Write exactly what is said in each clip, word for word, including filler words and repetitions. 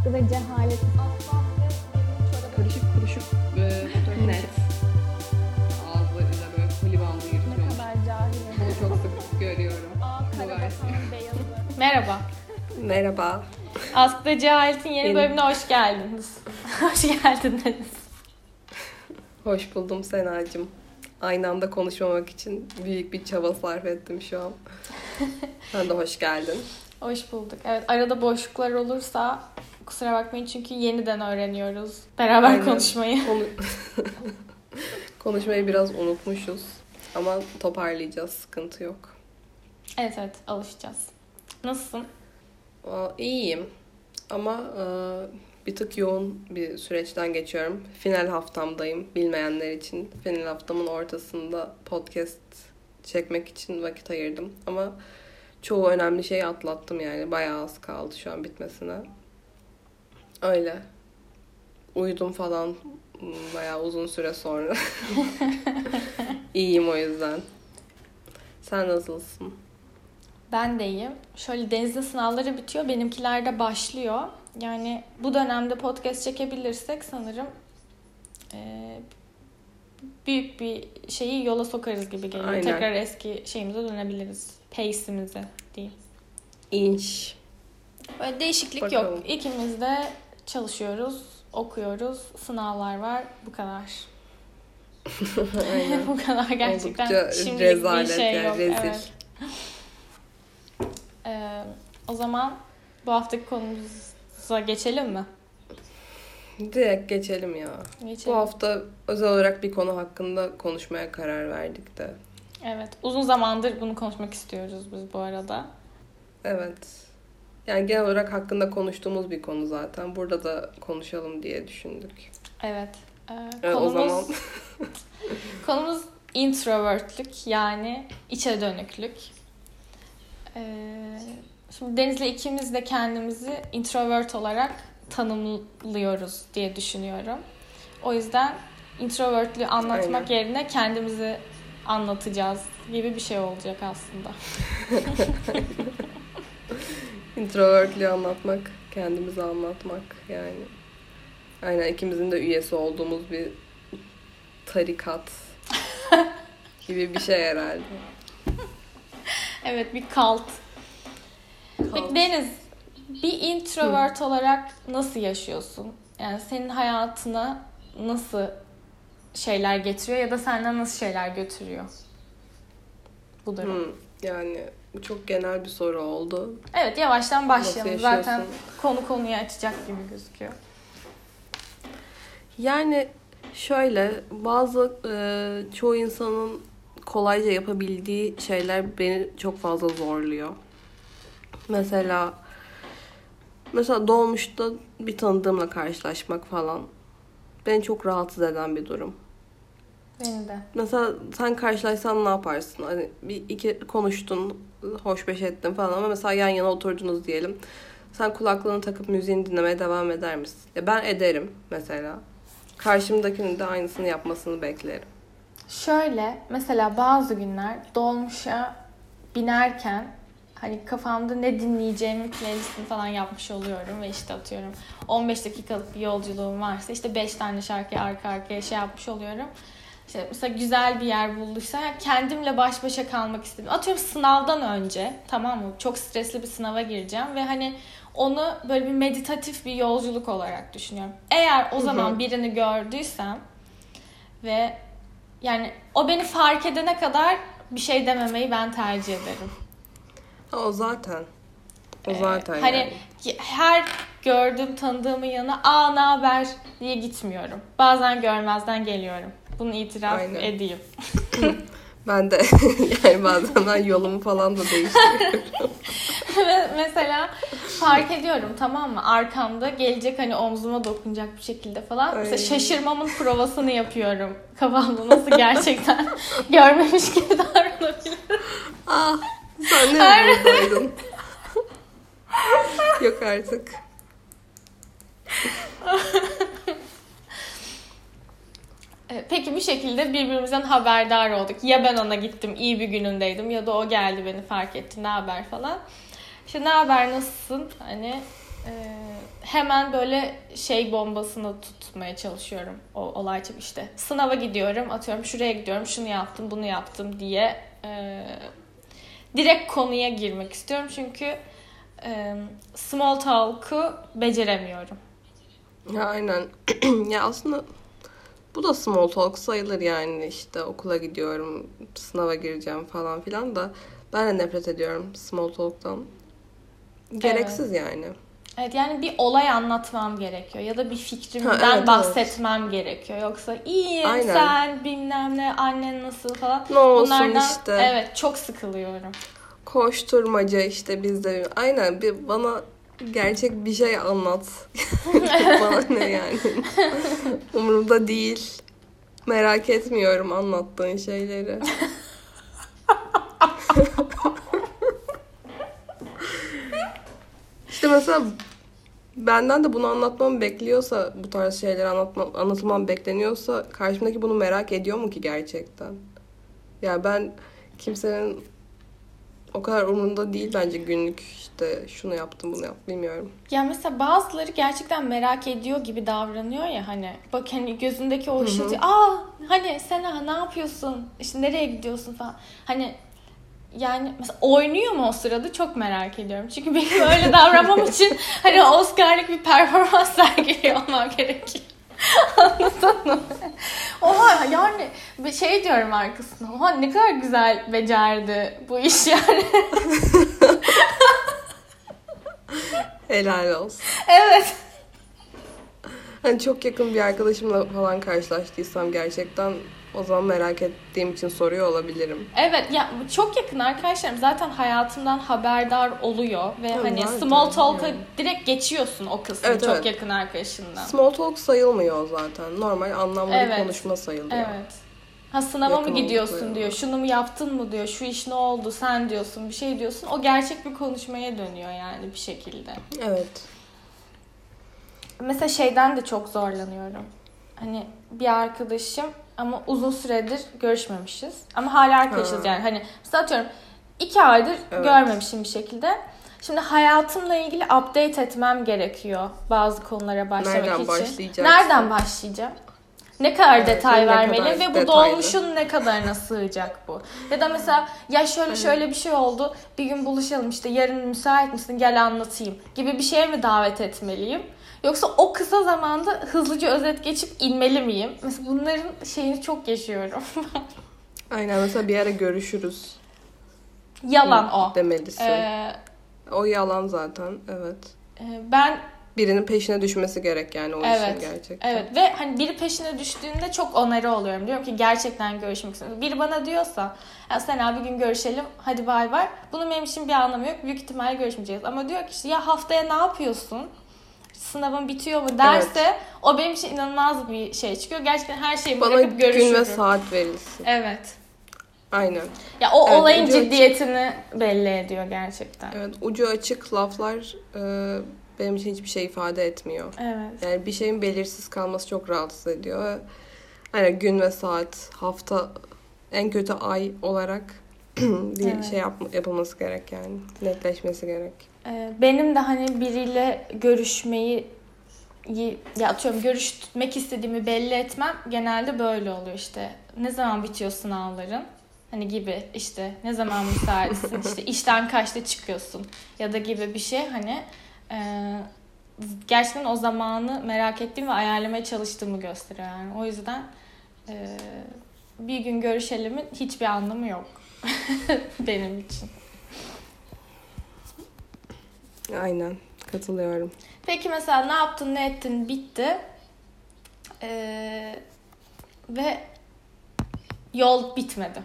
Askı ve cehalet. Aslan ve çorabı. Karışık kuruşuk e, net. Ağızlarıyla böyle kolibanlı Ne yürütüyormuş. kadar cahilim. Bunu çok sık görüyorum. Aa, Bu kara versiyon. basan beyazı. Merhaba. Merhaba. Askı ve Cehalet'in yeni Benim. bölümüne hoş geldiniz. Hoş geldiniz. Hoş buldum Senacığım. Aynı anda konuşmamak için büyük bir çaba sarf ettim şu an. Sen de hoş geldin. Hoş bulduk. Evet, arada boşluklar olursa kusura bakmayın çünkü yeniden öğreniyoruz beraber Aynen. konuşmayı. Konu... Konuşmayı biraz unutmuşuz. Ama toparlayacağız. Sıkıntı yok. Evet evet, alışacağız. Nasılsın? Aa, iyiyim. Ama e, bir tık yoğun bir süreçten geçiyorum. Final haftamdayım. Bilmeyenler için final haftamın ortasında podcast çekmek için vakit ayırdım. Ama çoğu önemli şeyi atlattım yani. Bayağı az kaldı şu an bitmesine. Öyle. Uyudum falan bayağı uzun süre sonra. İyiyim o yüzden. Sen nasılsın? Ben de iyiyim. Şöyle denizde sınavları bitiyor. Benimkiler de başlıyor. Yani bu dönemde podcast çekebilirsek sanırım e, büyük bir şeyi yola sokarız gibi geliyor. Aynen. Tekrar eski şeyimize dönebiliriz. Pace'imize diyeyim. İnç. Böyle değişiklik Bakalım. yok. İkimiz de çalışıyoruz, okuyoruz, sınavlar var. Bu kadar. Aynen. Bu kadar gerçekten. Oldukça Şimdilik rezalet bir şey yani, yok. rezil. Evet. Ee, o zaman bu haftaki konumuza geçelim mi? Direkt geçelim ya. Geçelim. Bu hafta özel olarak bir konu hakkında konuşmaya karar verdik de. Evet. Uzun zamandır bunu konuşmak istiyoruz biz bu arada. Evet. Yani genel olarak hakkında konuştuğumuz bir konu zaten. Burada da konuşalım diye düşündük. Evet. Ee, Evet, konumuz, o zaman konumuz introvertlük, yani içe dönüklük. Ee, şimdi Deniz'le ikimiz de kendimizi introvert olarak tanımlıyoruz diye düşünüyorum. O yüzden introvertlüğü anlatmak Aynen. yerine kendimizi anlatacağız gibi bir şey olacak aslında. introvertliği anlatmak, kendimizi anlatmak yani. Aynen, ikimizin de üyesi olduğumuz bir tarikat gibi bir şey herhalde. Evet, bir kalt. Peki Kalt. Deniz, bir introvert olarak nasıl yaşıyorsun? Yani senin hayatına nasıl şeyler getiriyor ya da senden nasıl şeyler götürüyor bu durum? Hmm, yani bu çok genel bir soru oldu. Evet, yavaştan başlayalım. Nasıl Zaten yaşıyorsun? konu konuyu açacak gibi gözüküyor. Yani şöyle, bazı e, çoğu insanın kolayca yapabildiği şeyler beni çok fazla zorluyor. Mesela mesela dolmuşta bir tanıdığımla karşılaşmak falan beni çok rahatsız eden bir durum. Beni de. Mesela sen karşılaşsan ne yaparsın? Hani bir iki konuştun, hoş beş ettin falan ama mesela yan yana oturdunuz diyelim. Sen kulaklığını takıp müziğini dinlemeye devam eder misin? Ya ben ederim mesela. Karşımdakinin de aynısını yapmasını beklerim. Şöyle, mesela bazı günler dolmuşa binerken hani kafamda ne dinleyeceğimin playlistini falan yapmış oluyorum ve işte atıyorum on beş dakikalık bir yolculuğum varsa işte beş tane şarkıyı arka arkaya şey yapmış oluyorum. İşte mesela güzel bir yer bulduysa kendimle baş başa kalmak istedim. Atıyorum sınavdan önce, tamam mı? Çok stresli bir sınava gireceğim ve hani onu böyle bir meditatif bir yolculuk olarak düşünüyorum. Eğer o zaman birini gördüysem ve yani o beni fark edene kadar bir şey dememeyi ben tercih ederim. Ha, o zaten. O zaten Ee, hani yani. her gördüğüm tanıdığımın yanına aa ne haber diye gitmiyorum. Bazen görmezden geliyorum. Bunu itiraf Aynen. edeyim. Ben de yani bazen ben yolumu falan da değiştiriyorum. Ve mesela fark ediyorum, tamam mı? Arkamda gelecek, hani omzuma dokunacak bir şekilde falan. Mesela Ay. şaşırmamın provasını yapıyorum. Kafamda nasıl gerçekten görmemiş gibi davranabilirim. Ah, sen ne buradaydın? Yok artık. Peki bir şekilde birbirimizden haberdar olduk. Ya ben ona gittim, iyi bir günündeydim, ya da o geldi beni fark etti, ne haber falan. İşte ne haber, nasılsın? Hani e, hemen böyle şey bombasını tutmaya çalışıyorum. O olay tabii işte. Sınava gidiyorum, atıyorum şuraya gidiyorum, şunu yaptım, bunu yaptım diye e, direkt konuya girmek istiyorum. Çünkü e, small talk'u beceremiyorum. Ya aynen. Ya aslında bu da small talk sayılır yani, işte okula gidiyorum, sınava gireceğim falan filan da ben de nefret ediyorum small talk'tan. Gereksiz evet. yani. Evet, yani bir olay anlatmam gerekiyor ya da bir fikrimden ha, evet, bahsetmem evet. gerekiyor. Yoksa iyiyim Aynen. sen bilmem ne, annen nasıl falan. Ne olsun Bunlardan, işte. Evet, çok sıkılıyorum. Koşturmaca işte bizde. Aynen, bir bana gerçek bir şey anlat. Bana ne yani. Umurumda değil. Merak etmiyorum anlattığın şeyleri. İşte mesela benden de bunu anlatmamı bekliyorsa, bu tarz şeyleri anlatmam, anlatılmam bekleniyorsa karşımdaki bunu merak ediyor mu ki gerçekten? Ya ben kimsenin o kadar umurunda değil bence günlük işte şunu yaptım bunu yaptım bilmiyorum. Ya mesela bazıları gerçekten merak ediyor gibi davranıyor ya, hani bak hani gözündeki o ışıltı, aa hani Sena ne yapıyorsun, işte nereye gidiyorsun falan, hani yani mesela oynuyor mu o sırada, çok merak ediyorum. Çünkü benim öyle davranmam için hani Oscar'lık bir performans sergiliyor olmam gerekiyor. Anladın mı? Oha yani bir şey diyorum arkasına. Oha ne kadar güzel becerdi bu iş yani. Helal olsun. Evet. Hani çok yakın bir arkadaşımla falan karşılaştıysam gerçekten o zaman merak ettiğim için soruyor olabilirim. Evet ya, çok yakın arkadaşlarım zaten hayatımdan haberdar oluyor ve evet, hani zaten, small talk'a yani. direkt geçiyorsun o kısmı, evet, çok evet. yakın arkadaşından. Small talk sayılmıyor zaten. Normal anlamlı evet. bir konuşma sayılıyor. Evet. Ha sınava yakın mı gidiyorsun oldukları. diyor. Şunu mu yaptın mı diyor. Şu iş ne oldu sen diyorsun. Bir şey diyorsun. O gerçek bir konuşmaya dönüyor yani bir şekilde. Evet. Mesela şeyden de çok zorlanıyorum. Hani bir arkadaşım ama uzun süredir görüşmemişiz. Ama hala arkadaşız ha. yani. Hani mesela atıyorum iki aydır evet. görmemişim bir şekilde. Şimdi hayatımla ilgili update etmem gerekiyor bazı konulara başlamak Nereden için. Başlayacaksın? Nereden başlayacağım? Ne kadar evet, detay vermeli kadar ve bu detaylı. dolmuşun ne kadarına sığacak bu? Ya da mesela ya şöyle şöyle bir şey oldu. Bir gün buluşalım işte, yarın müsait misin gel anlatayım gibi bir şeye mi davet etmeliyim? Yoksa o kısa zamanda hızlıca özet geçip inmeli miyim? Mesela bunların şeyini çok yaşıyorum. Aynen, mesela bir ara görüşürüz. Yalan Hı, o. Demelisin. Ee, o yalan zaten, evet. E, ben birinin peşine düşmesi gerek yani o evet, işin gerçekten. Evet ve hani biri peşine düştüğünde çok onarı oluyorum. Diyorum ki gerçekten görüşmek istiyorum. Biri bana diyorsa ya Sena bir gün görüşelim hadi bay bay. Bunun benim için bir anlamı yok. Büyük ihtimalle görüşmeyeceğiz. Ama diyor ki işte ya haftaya ne yapıyorsun? Sınavın bitiyor mu derse evet. o benim için inanılmaz bir şey çıkıyor. Gerçekten her şeyi bırakıp görüşürüm. Bana gün ve saat verilsin. Evet. Aynen. Ya o evet, olayın ciddiyetini açık. belli ediyor gerçekten. Evet, ucu açık laflar e, benim için hiçbir şey ifade etmiyor. Evet. Yani bir şeyin belirsiz kalması çok rahatsız ediyor. Aynen, gün ve saat, hafta, en kötü ay olarak bir evet. şey yap, yapılması gerek yani. Netleşmesi gerek. Benim de hani biriyle görüşmeyi ya atıyorum görüşmek istediğimi belli etmem genelde böyle oluyor işte. Ne zaman bitiyor sınavların? Hani gibi işte ne zaman müsaitsin? işte işten kaçta çıkıyorsun? Ya da gibi bir şey hani e, gerçekten o zamanı merak ettiğim ve ayarlamaya çalıştığımı gösteriyor yani. O yüzden e, bir gün görüşelimin hiçbir anlamı yok benim için. Aynen, katılıyorum. Peki mesela ne yaptın, ne ettin, bitti ee, ve yol bitmedi.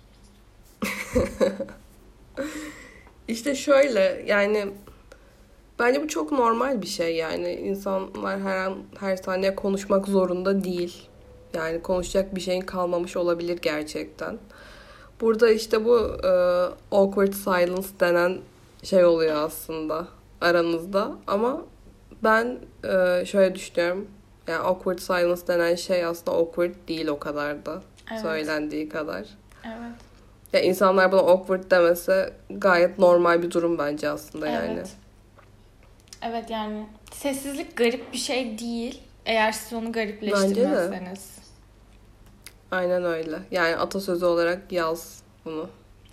İşte şöyle yani bence bu çok normal bir şey yani. İnsanlar her an her saniye konuşmak zorunda değil. Yani konuşacak bir şeyin kalmamış olabilir gerçekten. Burada işte bu e, awkward silence denen şey oluyor aslında aranızda. Ama ben e, şöyle düşünüyorum. Yani awkward silence denen şey aslında awkward değil o kadar da. Evet. Söylendiği kadar. Evet. Ya insanlar buna awkward demese gayet normal bir durum bence aslında yani. Evet. Evet yani sessizlik garip bir şey değil. Eğer siz onu garipleştirmezseniz. Aynen öyle. Yani atasözü olarak yaz bunu.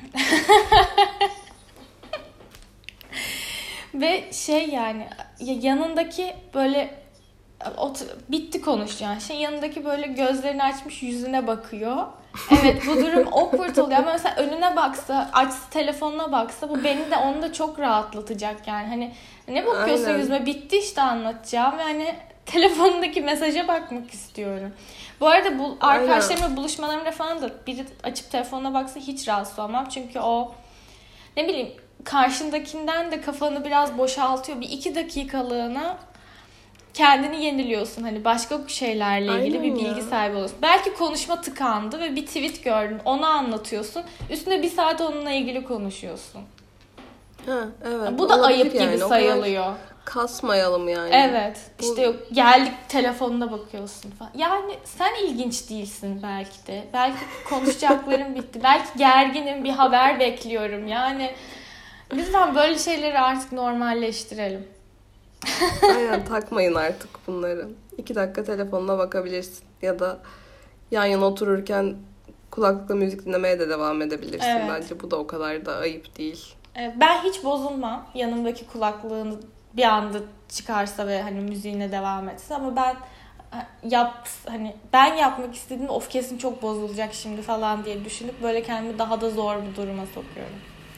Ve şey yani yanındaki böyle otur, bitti konuşacağın şey, yanındaki böyle gözlerini açmış yüzüne bakıyor. Evet, bu durum awkward oluyor ama mesela önüne baksa, açsa telefonuna baksa bu beni de onu da çok rahatlatacak yani. Hani ne bakıyorsun Aynen. yüzüme, bitti işte anlatacağım ve hani telefonundaki mesaja bakmak istiyorum. Bu arada bu arkadaşlarımla buluşmalarımda falan da biri açıp telefonuna baksa hiç rahatsız olmam. Çünkü o ne bileyim karşındakinden de kafanı biraz boşaltıyor. Bir iki dakikalığına kendini yeniliyorsun. Hani başka şeylerle ilgili Aynen bir bilgi ya. sahibi oluyorsun. Belki konuşma tıkandı ve bir tweet gördün. Onu anlatıyorsun. Üstüne bir saat onunla ilgili konuşuyorsun. Ha, evet. Bu da Olabilir ayıp gibi yani. O kadar sayılıyor. kasmayalım yani. Evet. Bu- İşte yok geldik telefonuna bakıyorsun falan. Yani sen ilginç değilsin belki de. Belki konuşacaklarım bitti. Belki gerginim, bir haber bekliyorum. Yani lütfen böyle şeyleri artık normalleştirelim. Aynen, takmayın artık bunları. İki dakika telefonuna bakabilirsin. Ya da yan yana otururken kulaklıkla müzik dinlemeye de devam edebilirsin. Evet. Bence bu da o kadar da ayıp değil. Ee, Ben hiç bozulmam. Yanımdaki kulaklığını bir anda çıkarsa ve hani müziğine devam etse, ama ben yap hani ben yapmak istediğimde of kesin çok bozulacak şimdi falan diye düşünüp böyle kendimi daha da zor bir duruma sokuyorum.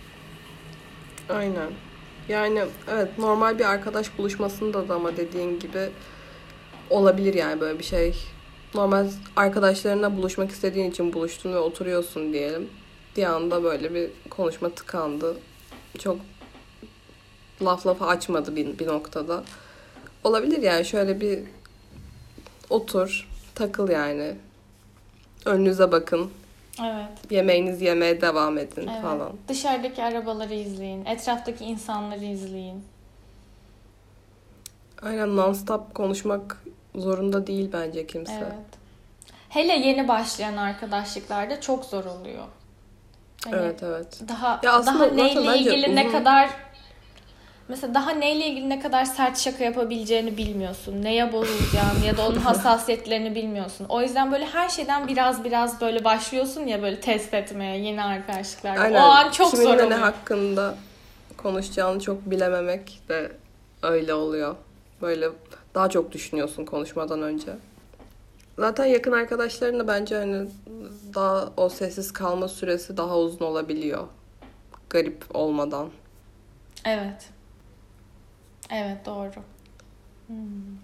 Aynen. Yani evet, normal bir arkadaş buluşmasında da ama dediğin gibi olabilir yani böyle bir şey. Normal arkadaşlarına buluşmak istediğin için buluştun ve oturuyorsun diyelim. Bir anda böyle bir konuşma tıkandı. Çok laf lafa açmadı bir, bir noktada. Olabilir yani, şöyle bir otur, takıl yani. Önünüze bakın. Evet. Yemeğinizi yemeye devam edin Evet. falan. Dışarıdaki arabaları izleyin. Etraftaki insanları izleyin. Aynen, non-stop konuşmak zorunda değil bence kimse. Evet. Hele yeni başlayan arkadaşlıklarda çok zor oluyor. Hani Evet evet. Daha Ya aslında daha zaten neyle bence ilgili ne uzun- kadar mesela daha neyle ilgili ne kadar sert şaka yapabileceğini bilmiyorsun. Neye bozulacağını ya da onun hassasiyetlerini bilmiyorsun. O yüzden böyle her şeyden biraz biraz böyle başlıyorsun ya, böyle test etmeye yeni arkadaşlıklarda. Aynen. O an çok Kiminle zor ne oluyor. hakkında konuşacağını çok bilememek de öyle oluyor. Böyle daha çok düşünüyorsun konuşmadan önce. Zaten yakın arkadaşlarınla bence hani daha o sessiz kalma süresi daha uzun olabiliyor. Garip olmadan. Evet. Evet, doğru. Hmm.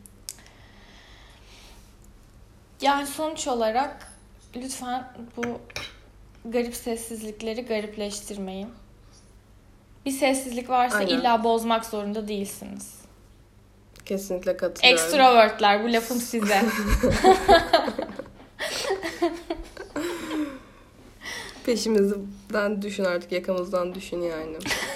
Yani sonuç olarak lütfen bu garip sessizlikleri garipleştirmeyin. Bir sessizlik varsa Aynen. illa bozmak zorunda değilsiniz. Kesinlikle katılıyorum. Extrovertler, bu lafım size. Peşimizden düşün artık, yakamızdan düşün yani.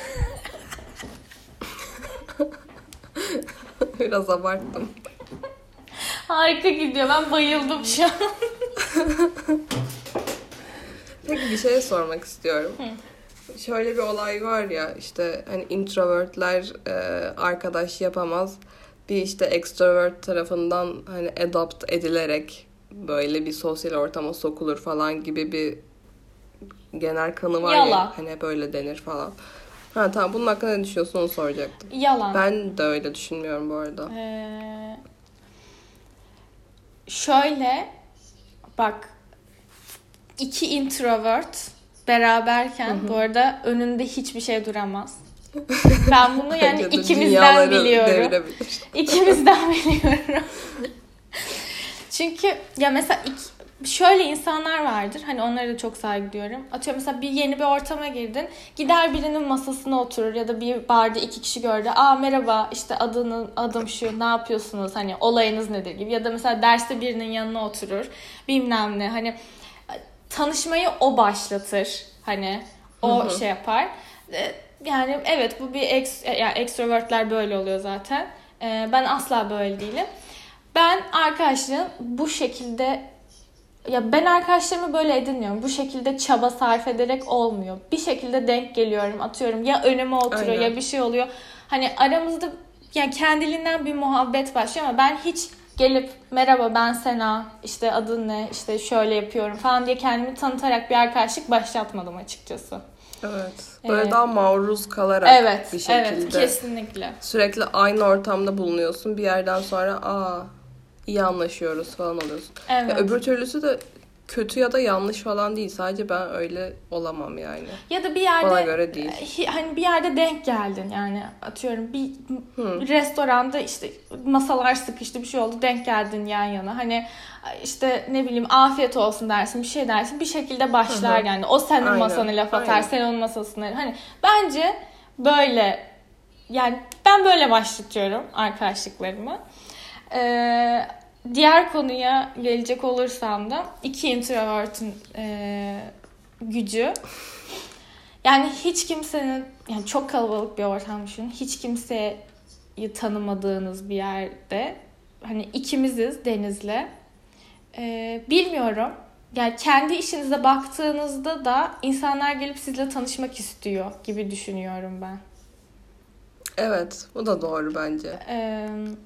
Biraz abarttım. Harika gidiyor. Ben bayıldım şu an. Peki bir şey sormak istiyorum. Şöyle bir olay var ya, işte hani introvertler e, arkadaş yapamaz. Bir işte extrovert tarafından hani adopt edilerek böyle bir sosyal ortama sokulur falan gibi bir genel kanı var Yalan. ya. Hani böyle denir falan. Ha tamam, bunun hakkında ne düşünüyorsun onu soracaktım. Yalan. Ben de öyle düşünmüyorum bu arada. Ee, şöyle bak, iki introvert beraberken bu arada önünde hiçbir şey duramaz. Ben bunu yani Bence de ikimizden dünyaları biliyorum. devirebilir. İkimizden biliyorum. Çünkü ya mesela iki, şöyle insanlar vardır. Hani onlara da çok saygı duyuyorum. Atıyorum mesela bir yeni bir ortama girdin. Gider birinin masasına oturur ya da bir barda iki kişi gördü. Aa merhaba, işte adının adım şu, ne yapıyorsunuz, hani olayınız nedir gibi. Ya da mesela derste birinin yanına oturur. Bilmem ne, hani tanışmayı o başlatır. Hani o şey yapar. Yani evet, bu bir ex, yani extrovertler böyle oluyor zaten. Ben asla böyle değilim. Ben arkadaşlığın bu şekilde, ya ben arkadaşlarımı böyle edinmiyorum. Bu şekilde çaba sarf ederek olmuyor. Bir şekilde denk geliyorum, atıyorum ya önüme oturuyor. Aynen. Ya bir şey oluyor. Hani aramızda yani kendiliğinden bir muhabbet başlıyor ama ben hiç gelip merhaba ben Sena, işte adın ne, işte şöyle yapıyorum falan diye kendimi tanıtarak bir arkadaşlık başlatmadım açıkçası. Evet. Böyle Ee, daha maruz kalarak Evet, bir şekilde. evet kesinlikle. Sürekli aynı ortamda bulunuyorsun. Bir yerden sonra aa iyi anlaşıyoruz falan oluyorsun. Evet. Ya öbür türlüsü de kötü ya da yanlış falan değil. Sadece ben öyle olamam yani. Ya da bir yerde Bana göre değil. hi- hani bir yerde denk geldin yani atıyorum bir Hı. bir restoranda işte masalar sıkıştı bir şey oldu denk geldin yan yana hani işte ne bileyim afiyet olsun dersin bir şey dersin bir şekilde başlar Hı hı. yani o senin Aynen, masana laf atar aynen. sen onun masasına hani bence böyle yani ben böyle başlatıyorum arkadaşlıklarımı. Ee, diğer konuya gelecek olursam da iki introvert'in e, gücü. Yani hiç kimsenin yani çok kalabalık bir ortam düşünün. Hiç kimseyi tanımadığınız bir yerde hani ikimiziz Deniz'le. Ee, bilmiyorum. Yani kendi işinize baktığınızda da insanlar gelip sizle tanışmak istiyor gibi düşünüyorum ben. Evet. Bu da doğru bence. Ee,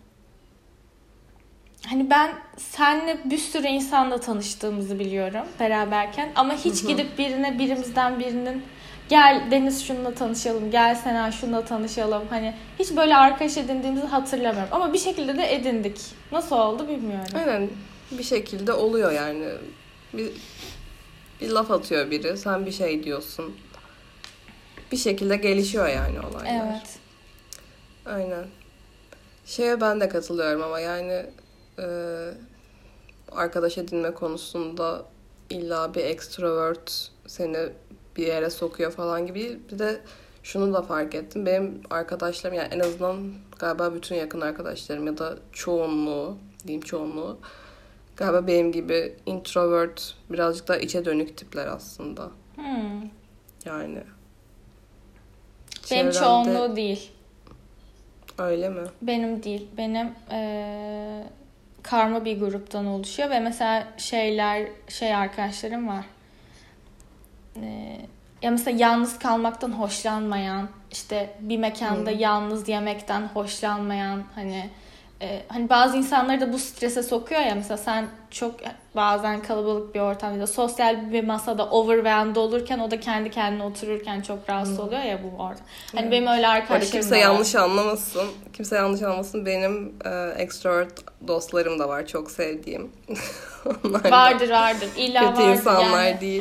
hani ben senle bir sürü insanla tanıştığımızı biliyorum beraberken ama hiç Hı hı. gidip birine birimizden birinin gel Deniz şununla tanışalım, gel Sena şununla tanışalım. Hani hiç böyle arkadaş edindiğimizi hatırlamıyorum ama bir şekilde de edindik. Nasıl oldu bilmiyorum. Aynen. Bir şekilde oluyor yani. Bir, bir laf atıyor biri. Sen bir şey diyorsun. Bir şekilde gelişiyor yani olaylar. Evet. Aynen. Şeye ben de katılıyorum ama yani e, arkadaş edinme konusunda illa bir extrovert seni bir yere sokuyor falan gibi değil. Bir de şunu da fark ettim. Benim arkadaşlarım yani en azından galiba bütün yakın arkadaşlarım ya da çoğunluğu diyeyim çoğunluğu galiba benim gibi introvert birazcık daha içe dönük tipler aslında. Hmm. Yani. Benim Çevremde- çoğunluğu değil. Öyle mi? Benim değil. Benim eee, karma bir gruptan oluşuyor ve mesela şeyler şey arkadaşlarım var. Eee, ya mesela yalnız kalmaktan hoşlanmayan, işte bir mekanda Hmm. yalnız yemekten hoşlanmayan hani e, hani bazı insanları da bu strese sokuyor ya mesela sen çok bazen kalabalık bir ortamda sosyal bir masada overwhelmed olurken o da kendi kendine otururken çok rahatsız oluyor ya bu ortam. Hani Hmm. benim öyle Bu arada arkadaşlarım kimse da var. yanlış anlamasın. Kimse yanlış anlamasın. Benim e, extrovert dostlarım da var. Çok sevdiğim. Onlar da Vardır vardır. İlla kötü vardır insanlar yani. değil.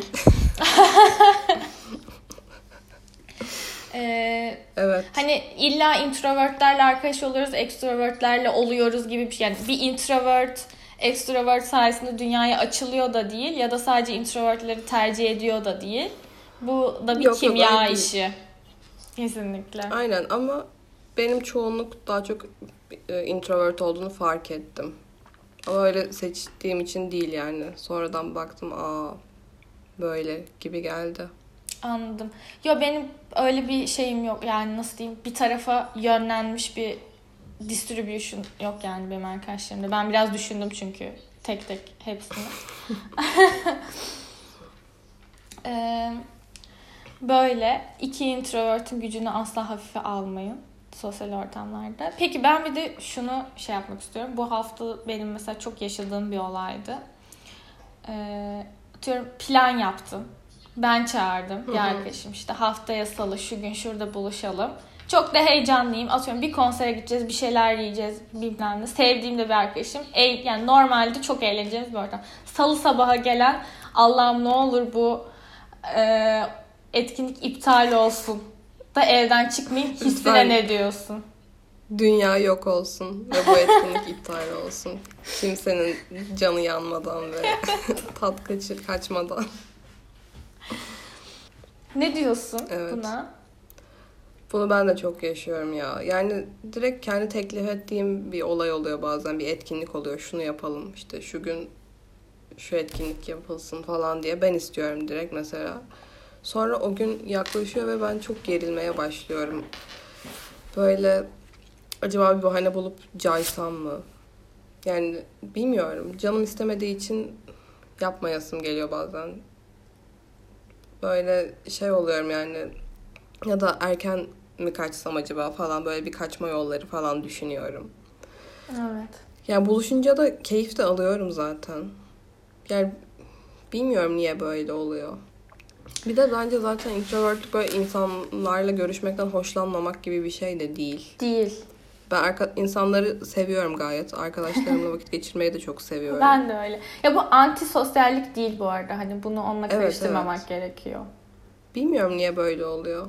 Ee, Evet. hani illa introvertlerle arkadaş oluyoruz, extrovertlerle oluyoruz gibi bir şey. Yani bir introvert, extrovert sayesinde dünyaya açılıyor da değil ya da sadece introvertleri tercih ediyor da değil. Bu da bir Yok, yok, kimya öyle değil. işi. Kesinlikle. Aynen ama benim çoğunluk daha çok e, introvert olduğunu fark ettim. Ama öyle seçtiğim için değil yani. Sonradan baktım aa böyle gibi geldi. Anladım. Yo benim öyle bir şeyim yok. Yani nasıl diyeyim bir tarafa yönlenmiş bir distribution yok yani benim arkadaşlarımda. Ben biraz düşündüm çünkü tek tek hepsini. Ee, böyle iki introvert'in gücünü asla hafife almayın sosyal ortamlarda. Peki ben bir de şunu şey yapmak istiyorum. Bu hafta benim mesela çok yaşadığım bir olaydı. Ee, atıyorum plan yaptım. Ben çağırdım bir arkadaşım işte haftaya salı şu gün şurada buluşalım. Çok da heyecanlıyım. Atıyorum bir konsere gideceğiz, bir şeyler yiyeceğiz bilmem ne. Sevdiğim de bir arkadaşım. E, yani normalde çok eğleneceğimiz bir ortam. Salı sabaha gelen Allah'ım ne olur bu e, etkinlik iptal olsun da evden çıkmayayım hissine Lütfen. ne diyorsun? Dünya yok olsun ve bu etkinlik iptal olsun. Kimsenin canı yanmadan ve tat kaçır kaçmadan. Ne diyorsun Evet. buna? Bunu ben de çok yaşıyorum ya. Yani direkt kendi teklif ettiğim bir olay oluyor bazen. Bir etkinlik oluyor. Şunu yapalım işte şu gün şu etkinlik yapılsın falan diye. Ben istiyorum direkt mesela. Sonra o gün yaklaşıyor ve ben çok gerilmeye başlıyorum. Böyle acaba bir bahane bulup caysam mı? Yani bilmiyorum. Canım istemediği için yapmayasım geliyor bazen. Böyle şey oluyorum yani. Ya da erken mi kaçsam acaba falan, böyle bir kaçma yolları falan düşünüyorum. Evet. Yani buluşunca da keyif de alıyorum zaten. Yani bilmiyorum niye böyle oluyor. Bir de bence zaten introvertlik böyle insanlarla görüşmekten hoşlanmamak gibi bir şey de değil. Değil. Ben arka, insanları seviyorum gayet. Arkadaşlarımla vakit geçirmeyi de çok seviyorum. Ben de öyle. Ya bu antisosyallik değil bu arada. Hani bunu onunla Evet, karıştırmamak evet. gerekiyor. Bilmiyorum niye böyle oluyor.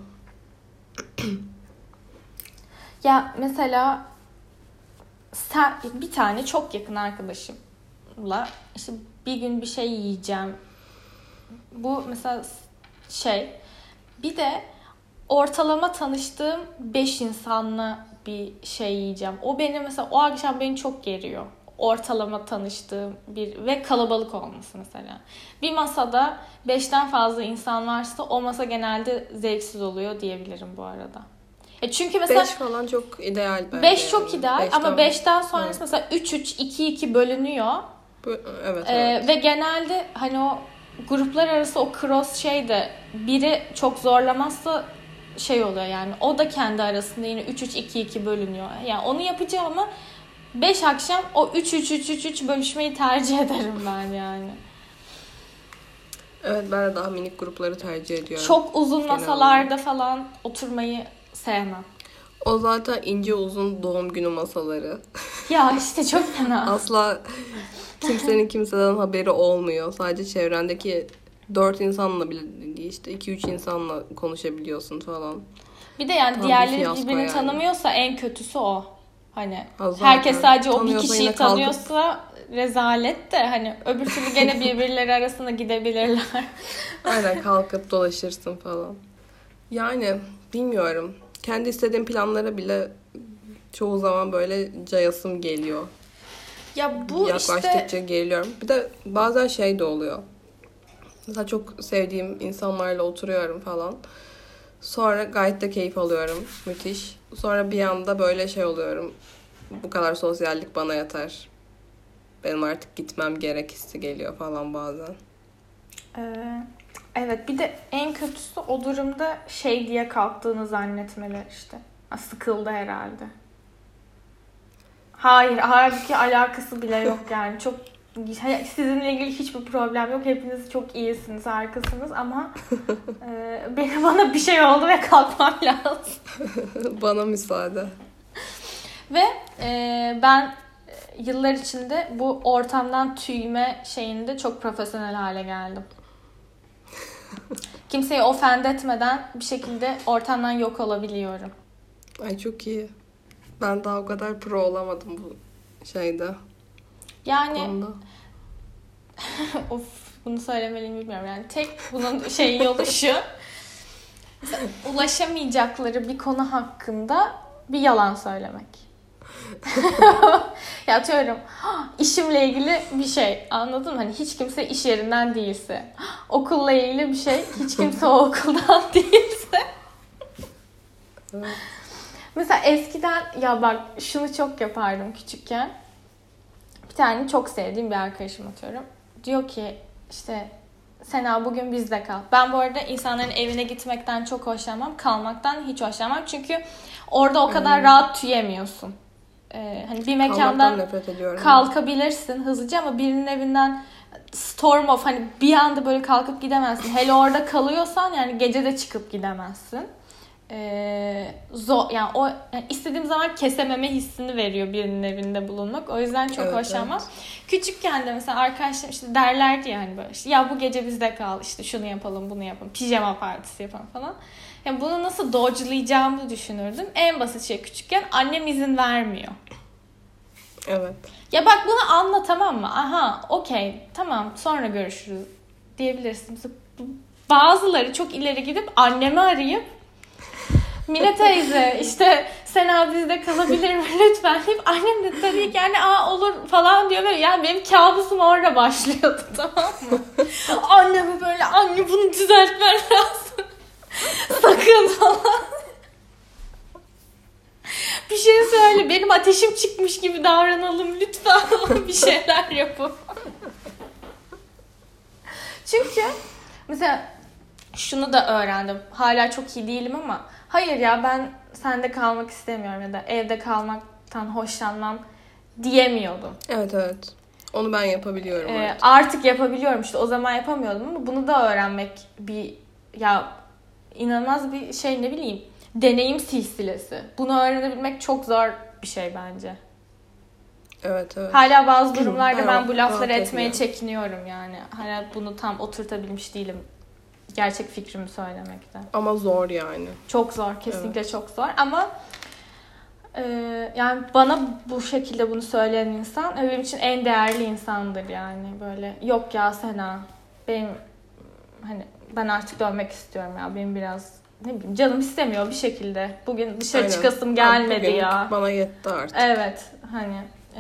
Ya mesela sen, bir tane çok yakın arkadaşımla işte bir gün bir şey yiyeceğim. Bu mesela şey. Bir de ortalama tanıştığım beş insanla bir şey yiyeceğim. O beni mesela o akşam beni çok geriyor. Ortalama tanıştığım bir ve kalabalık olması mesela. Bir masada beşten fazla insan varsa o masa genelde zevksiz oluyor diyebilirim bu arada. E çünkü mesela beş falan çok ideal bence. beş çok yani. ideal Beşten- ama beşten sonrası Evet. mesela üç üç iki iki bölünüyor. Bu, evet, Ee, evet. ve genelde hani o gruplar arası o cross şey de biri çok zorlamazsa şey oluyor yani. O da kendi arasında yine üç üç iki iki bölünüyor. Yani onu yapacağım ama beş akşam o üç üç üç üç üç bölüşmeyi tercih ederim ben yani. Evet, ben de daha minik grupları tercih ediyorum. Çok uzun Genel masalarda falan oturmayı sevmem. O zaten ince uzun doğum günü masaları. Ya işte çok fena. Asla kimsenin kimseden haberi olmuyor. Sadece çevrendeki dört insanla bile değil, işte iki üç insanla konuşabiliyorsun falan. Bir de yani Tam bir diğerleri fiyasko birbirini yani. tanımıyorsa en kötüsü o. Hani Ha, zaten herkes sadece o bir tanıyorsa kişiyi yine kalkıp- tanıyorsa rezalet de hani öbür türlü gene birbirleri arasında gidebilirler. Aynen, kalkıp dolaşırsın falan. Yani bilmiyorum. Kendi istediğim planlara bile çoğu zaman böyle cayasım geliyor. Ya bu Yaklaştıkça işte geriliyorum. Bir de bazen şey de oluyor. Mesela çok sevdiğim insanlarla oturuyorum falan. Sonra gayet de keyif alıyorum. Müthiş. Sonra bir anda böyle şey oluyorum. Bu kadar sosyallik bana yeter. Benim artık gitmem gerek hissi geliyor falan bazen. Ee, evet bir de en kötüsü o durumda şey diye kalktığını zannetmeler işte. Ha, sıkıldı herhalde. Hayır, halbuki alakası bile yok yani. Çok sizinle ilgili hiçbir problem yok. Hepiniz çok iyisiniz, harikasınız ama e, benim bana bir şey oldu ve kalkmam lazım. Bana müsaade. Ve e, ben yıllar içinde bu ortamdan tüyme şeyinde çok profesyonel hale geldim. Kimseyi ofend etmeden bir şekilde ortamdan yok olabiliyorum. Ay çok iyi. Ben daha o kadar pro olamadım bu şeyde. Yani Konuda. of bunu söylemeliyim bilmiyorum yani tek bunun şey yolu şu. Mesela ulaşamayacakları bir konu hakkında bir yalan söylemek. Ya atıyorum işimle ilgili bir şey anladın mı? Hani hiç kimse iş yerinden değilse. Okulla ilgili bir şey hiç kimse o okuldan değilse. Mesela eskiden ya bak şunu çok yapardım küçükken. Bir tane çok sevdiğim bir arkadaşım atıyorum. Diyor ki işte Sena bugün bizde kal. Ben bu arada insanların evine gitmekten çok hoşlanmam. Kalmaktan hiç hoşlanmam. Çünkü orada o kadar hmm. rahat tüyemiyorsun. Ee, hani bir mekandan kalkabilirsin hızlıca ama birinin evinden storm of hani bir anda böyle kalkıp gidemezsin. Hele orada kalıyorsan yani gece de çıkıp gidemezsin. Ee, zor yani o yani istediğim zaman kesememe hissini veriyor birinin evinde bulunmak. O yüzden çok evet, hoşlanmam. Evet. Küçükken de mesela arkadaşlarım işte derlerdi yani böyle işte ya bu gece bizde kal işte şunu yapalım bunu yapalım pijama partisi yapalım falan. Yani bunu nasıl dodge'layacağımı düşünürdüm. En basit şey küçükken annem izin vermiyor. Evet. Ya bak bunu anla tamam mı? Aha okey tamam sonra görüşürüz diyebilirsin. Mesela bazıları çok ileri gidip annemi arayıp Mine teyze işte Sena bizde kalabilir mi lütfen deyip annem de tabii ki yani aa olur falan diyor böyle yani benim kabusum orada başlıyordu tamam mı? Annemi böyle anne bunu düzeltmen lazım sakın falan bir şey söyle benim ateşim çıkmış gibi davranalım lütfen bir şeyler yapın. Çünkü mesela şunu da öğrendim hala çok iyi değilim ama hayır ya ben sende kalmak istemiyorum ya da evde kalmaktan hoşlanmam diyemiyordum. Evet evet. Onu ben yapabiliyorum Ee, artık. artık yapabiliyorum işte. O zaman yapamıyordum ama bunu da öğrenmek bir ya inanılmaz bir şey, ne bileyim, deneyim silsilesi. Bunu öğrenebilmek çok zor bir şey bence. Evet evet. Hala bazı durumlarda Ben ben bu rahat lafları etmeye etmiyorum. çekiniyorum yani. Hala bunu tam oturtabilmiş değilim. Gerçek fikrimi söylemekte. Ama zor yani. Çok zor. Kesinlikle çok zor. Ama e, yani bana bu şekilde bunu söyleyen insan benim için en değerli insandır yani. Böyle yok ya Sena, benim hani ben artık dönmek istiyorum ya. Benim biraz ne bileyim canım istemiyor bir şekilde. Bugün dışarı Aynen. çıkasım gelmedi Bugün ya. bana yetti artık. Evet hani e,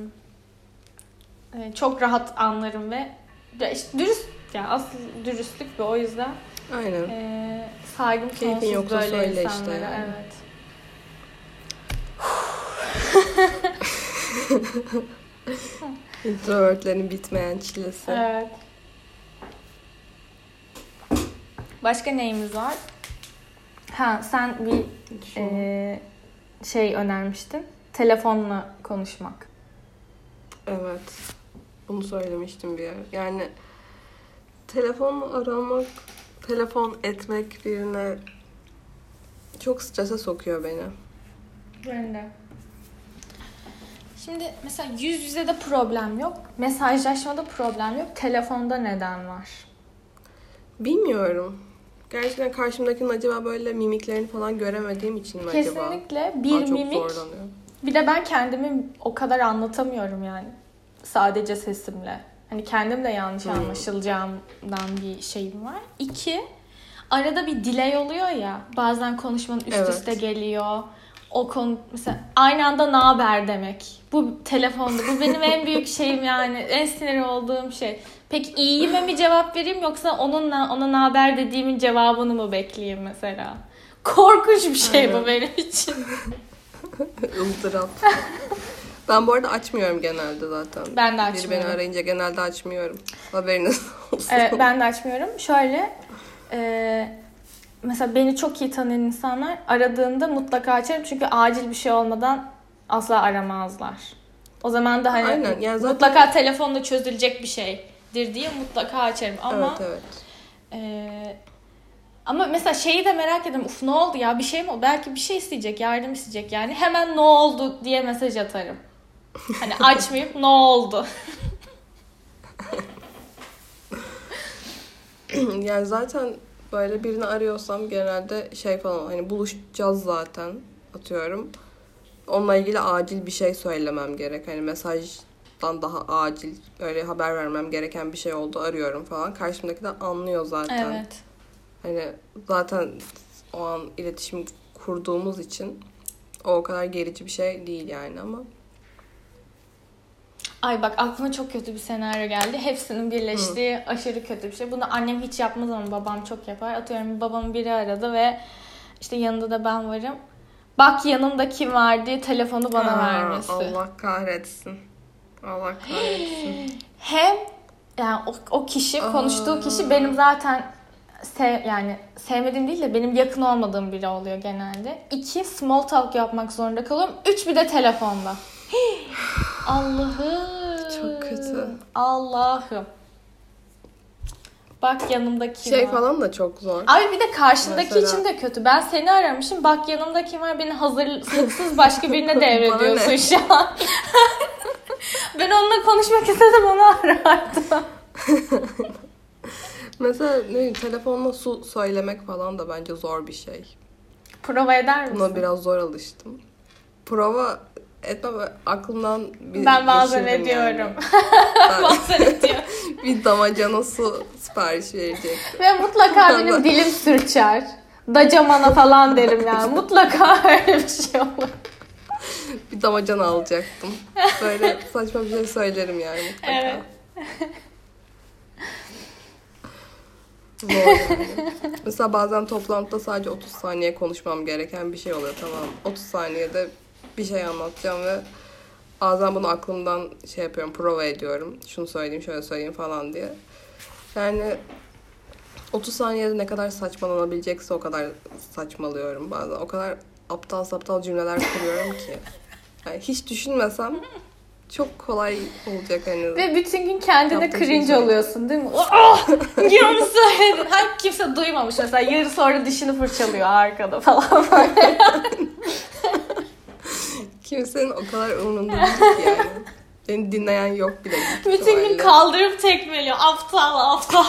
e, çok rahat anlarım ve ya işte dürüst ya asıl dürüstlük bu, o yüzden Aynen. e, saygım Keyfin sonsuz yoksa böyle söyle işte insanlara. yani. Evet. Introvertlerin bitmeyen çilesi. Evet. Başka neyimiz var? Ha sen bir Şu- e, şey önermiştin. Telefonla konuşmak. Evet. Bunu söylemiştim bir yer. Yani telefonla aramak, telefon etmek birine çok strese sokuyor beni. Ben de. Şimdi mesela yüz yüze de problem yok. Mesajlaşmada problem yok. Telefonda neden var? Bilmiyorum. Gerçekten karşımdakinin acaba böyle mimiklerini falan göremediğim için mi acaba? Kesinlikle Daha bir çok mimik. zorlanıyorum. Bir de ben kendimi o kadar anlatamıyorum yani. Sadece sesimle. Hani kendim de yanlış Hmm. anlaşılacağımdan bir şeyim var. İki, arada bir delay oluyor ya. Bazen konuşmanın üst Evet. üste geliyor. O konu mesela aynı anda ne haber demek. Bu telefonda. Bu benim en büyük şeyim yani. En sinir olduğum şey. Peki iyiyime mi cevap vereyim yoksa onunla ona ne haber dediğimin cevabını mı bekleyeyim mesela? Korkunç bir şey Aynen. bu benim için. Izdırap. Ben bu arada açmıyorum genelde zaten. Ben de Biri açmıyorum. beni arayınca genelde açmıyorum. Haberiniz olsun. Evet, ben de açmıyorum. Şöyle e, mesela beni çok iyi tanıyan insanlar aradığında mutlaka açarım. Çünkü acil bir şey olmadan asla aramazlar. O zaman da hani Aynen, yani zaten- mutlaka telefonla çözülecek bir şeydir diye mutlaka açarım. Ama Evet evet. e, ama mesela şeyi de merak ediyorum. Uf ne oldu ya, bir şey mi oldu? Belki bir şey isteyecek, yardım isteyecek yani. Hemen ne oldu diye mesaj atarım. Hani açmayıp ne oldu? Yani zaten böyle birini arıyorsam genelde şey falan hani buluşacağız zaten atıyorum. Onunla ilgili acil bir şey söylemem gerek. Hani mesajdan daha acil öyle haber vermem gereken bir şey oldu, arıyorum falan. Karşımdaki de anlıyor zaten. Evet. Hani zaten o an iletişim kurduğumuz için o o kadar gerici bir şey değil yani ama. Ay bak aklıma çok kötü bir senaryo geldi. Hepsinin birleştiği aşırı kötü bir şey. Bunu annem hiç yapmaz ama babam çok yapar. Atıyorum babamın biri aradı ve işte yanında da ben varım. Bak yanımda kim var diye telefonu bana Ha, vermesi. Allah kahretsin. Allah kahretsin. Hem yani o, o kişi, Aa. konuştuğu kişi benim zaten sev, yani sevmediğim değil de benim yakın olmadığım biri oluyor genelde. İki, small talk yapmak zorunda kalıyorum. Üç, bir de telefonda. Allah'ım. Çok kötü. Allah'ım. Bak yanımdaki Şey var. falan da çok zor. Abi bir de karşındaki Mesela- için de kötü. Ben seni aramışım. Bak yanımdaki var. Beni hazırlıksız başka birine devrediyorsun Bana ne? şu an. Ben onunla konuşmak istedim, onu arardım. Mesela ne bileyim, telefonla su söylemek falan da bence zor bir şey. Prova eder misin? Buna biraz zor alıştım. Prova etmem, aklımdan bir Ben bazen geçiririm ediyorum. yani. Ben Bazen ediyorum. bir damacana su sipariş verecektim. Ve mutlaka benim dilim sürçer. Dacamana falan derim yani. Mutlaka öyle bir şey olur. Bir damacana alacaktım. Böyle saçma bir şey söylerim yani mutlaka. Evet. Zor yani. Mesela bazen toplantıda sadece otuz saniye konuşmam gereken bir şey oluyor, tamam. otuz saniyede bir şey anlatacağım ve bazen bunu aklımdan şey yapıyorum, prova ediyorum. Şunu söyleyeyim, şöyle söyleyeyim falan diye. Yani otuz saniyede ne kadar saçmalanabilecekse o kadar saçmalıyorum bazen. O kadar aptal saptal cümleler kuruyorum ki. Yani hiç düşünmesem çok kolay olacak hani. Ve bütün gün kendine Yaptığın şeyi cringe söyle. oluyorsun değil mi? Oh! Yarım söyledin. Hayır, kimse duymamış mesela. Yarı sonra dişini fırçalıyor arkada falan böyle. Kimsenin o kadar umurunda değil ki yani. Beni dinleyen yok bile. büyük Bütün gün ihtimalle. kaldırıp tekmeliyor. Aptal aptal.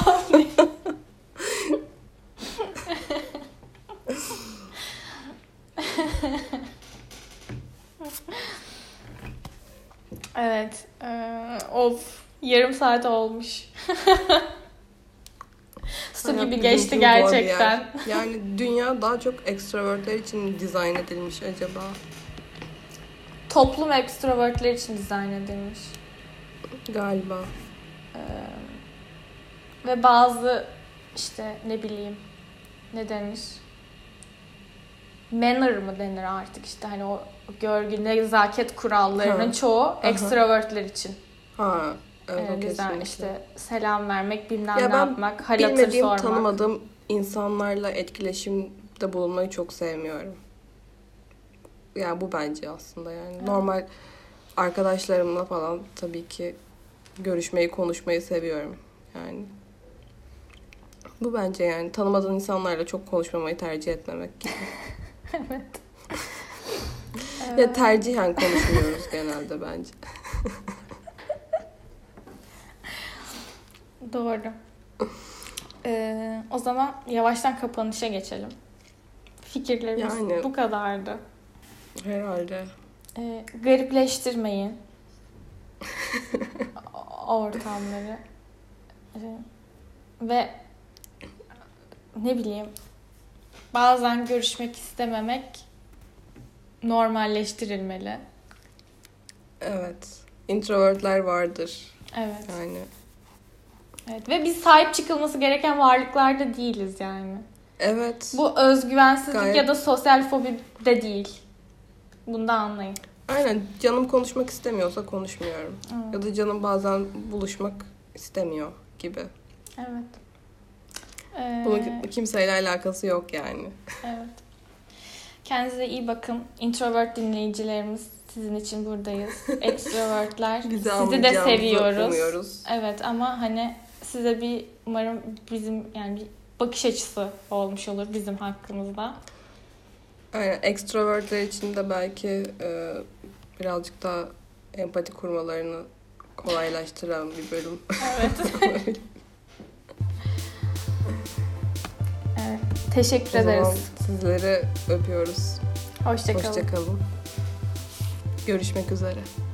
Evet. Ee, of. Yarım saat olmuş. Su Hayat gibi bizim geçti için zor bir gerçekten. yer. Yani dünya daha çok ekstravertler için dizayn edilmiş acaba. Toplum extrovertler için dizayn edilmiş. Galiba. Ee, ve bazı işte ne bileyim ne denir? Manner mı denir artık işte hani o görgü, nezaket kurallarının Ha. çoğu Aha. extrovertler için. Ha, evet Ee, o dizayn kesinlikle. işte selam vermek, bilmem Ya ne ben yapmak, hal hatır Bilmediğim, sormak. tanımadığım insanlarla etkileşimde bulunmayı çok sevmiyorum. Yani bu bence aslında yani. Evet. Normal arkadaşlarımla falan tabii ki görüşmeyi, konuşmayı seviyorum. Yani bu bence yani tanımadığın insanlarla çok konuşmamayı tercih etmemek gibi. Evet. Ya tercihen konuşmuyoruz genelde bence. Doğru. Ee, o zaman yavaştan kapanışa geçelim. Fikirlerimiz Yani- bu kadardı. Herhalde. Ee, garipleştirmeyin o- ortamları. Ee, ve ne bileyim bazen görüşmek istememek normalleştirilmeli. Evet. Introvertler vardır. Evet. Yani Evet ve biz sahip çıkılması gereken varlıklar da değiliz yani. evet. Bu özgüvensizlik Gayet- ya da sosyal fobi de değil. Bunu da anlayın. Aynen, canım konuşmak istemiyorsa konuşmuyorum. Evet. Ya da canım bazen buluşmak istemiyor gibi. Evet. Ee, Bunun kimseyle alakası yok yani. evet. Kendinize iyi bakın. Introvert dinleyicilerimiz sizin için buradayız. Extrovertler Bizi sizi de anlayacağınızı seviyoruz. umuyoruz. Evet ama hani size bir umarım bizim yani bir bakış açısı olmuş olur bizim hakkımızda. Aynen, extrovertler için de belki e, birazcık daha empati kurmalarını kolaylaştıran bir bölüm. Evet. Evet. Teşekkür O zaman ederiz. sizleri öpüyoruz. Hoşça kalın. Hoşça kalın. Görüşmek üzere.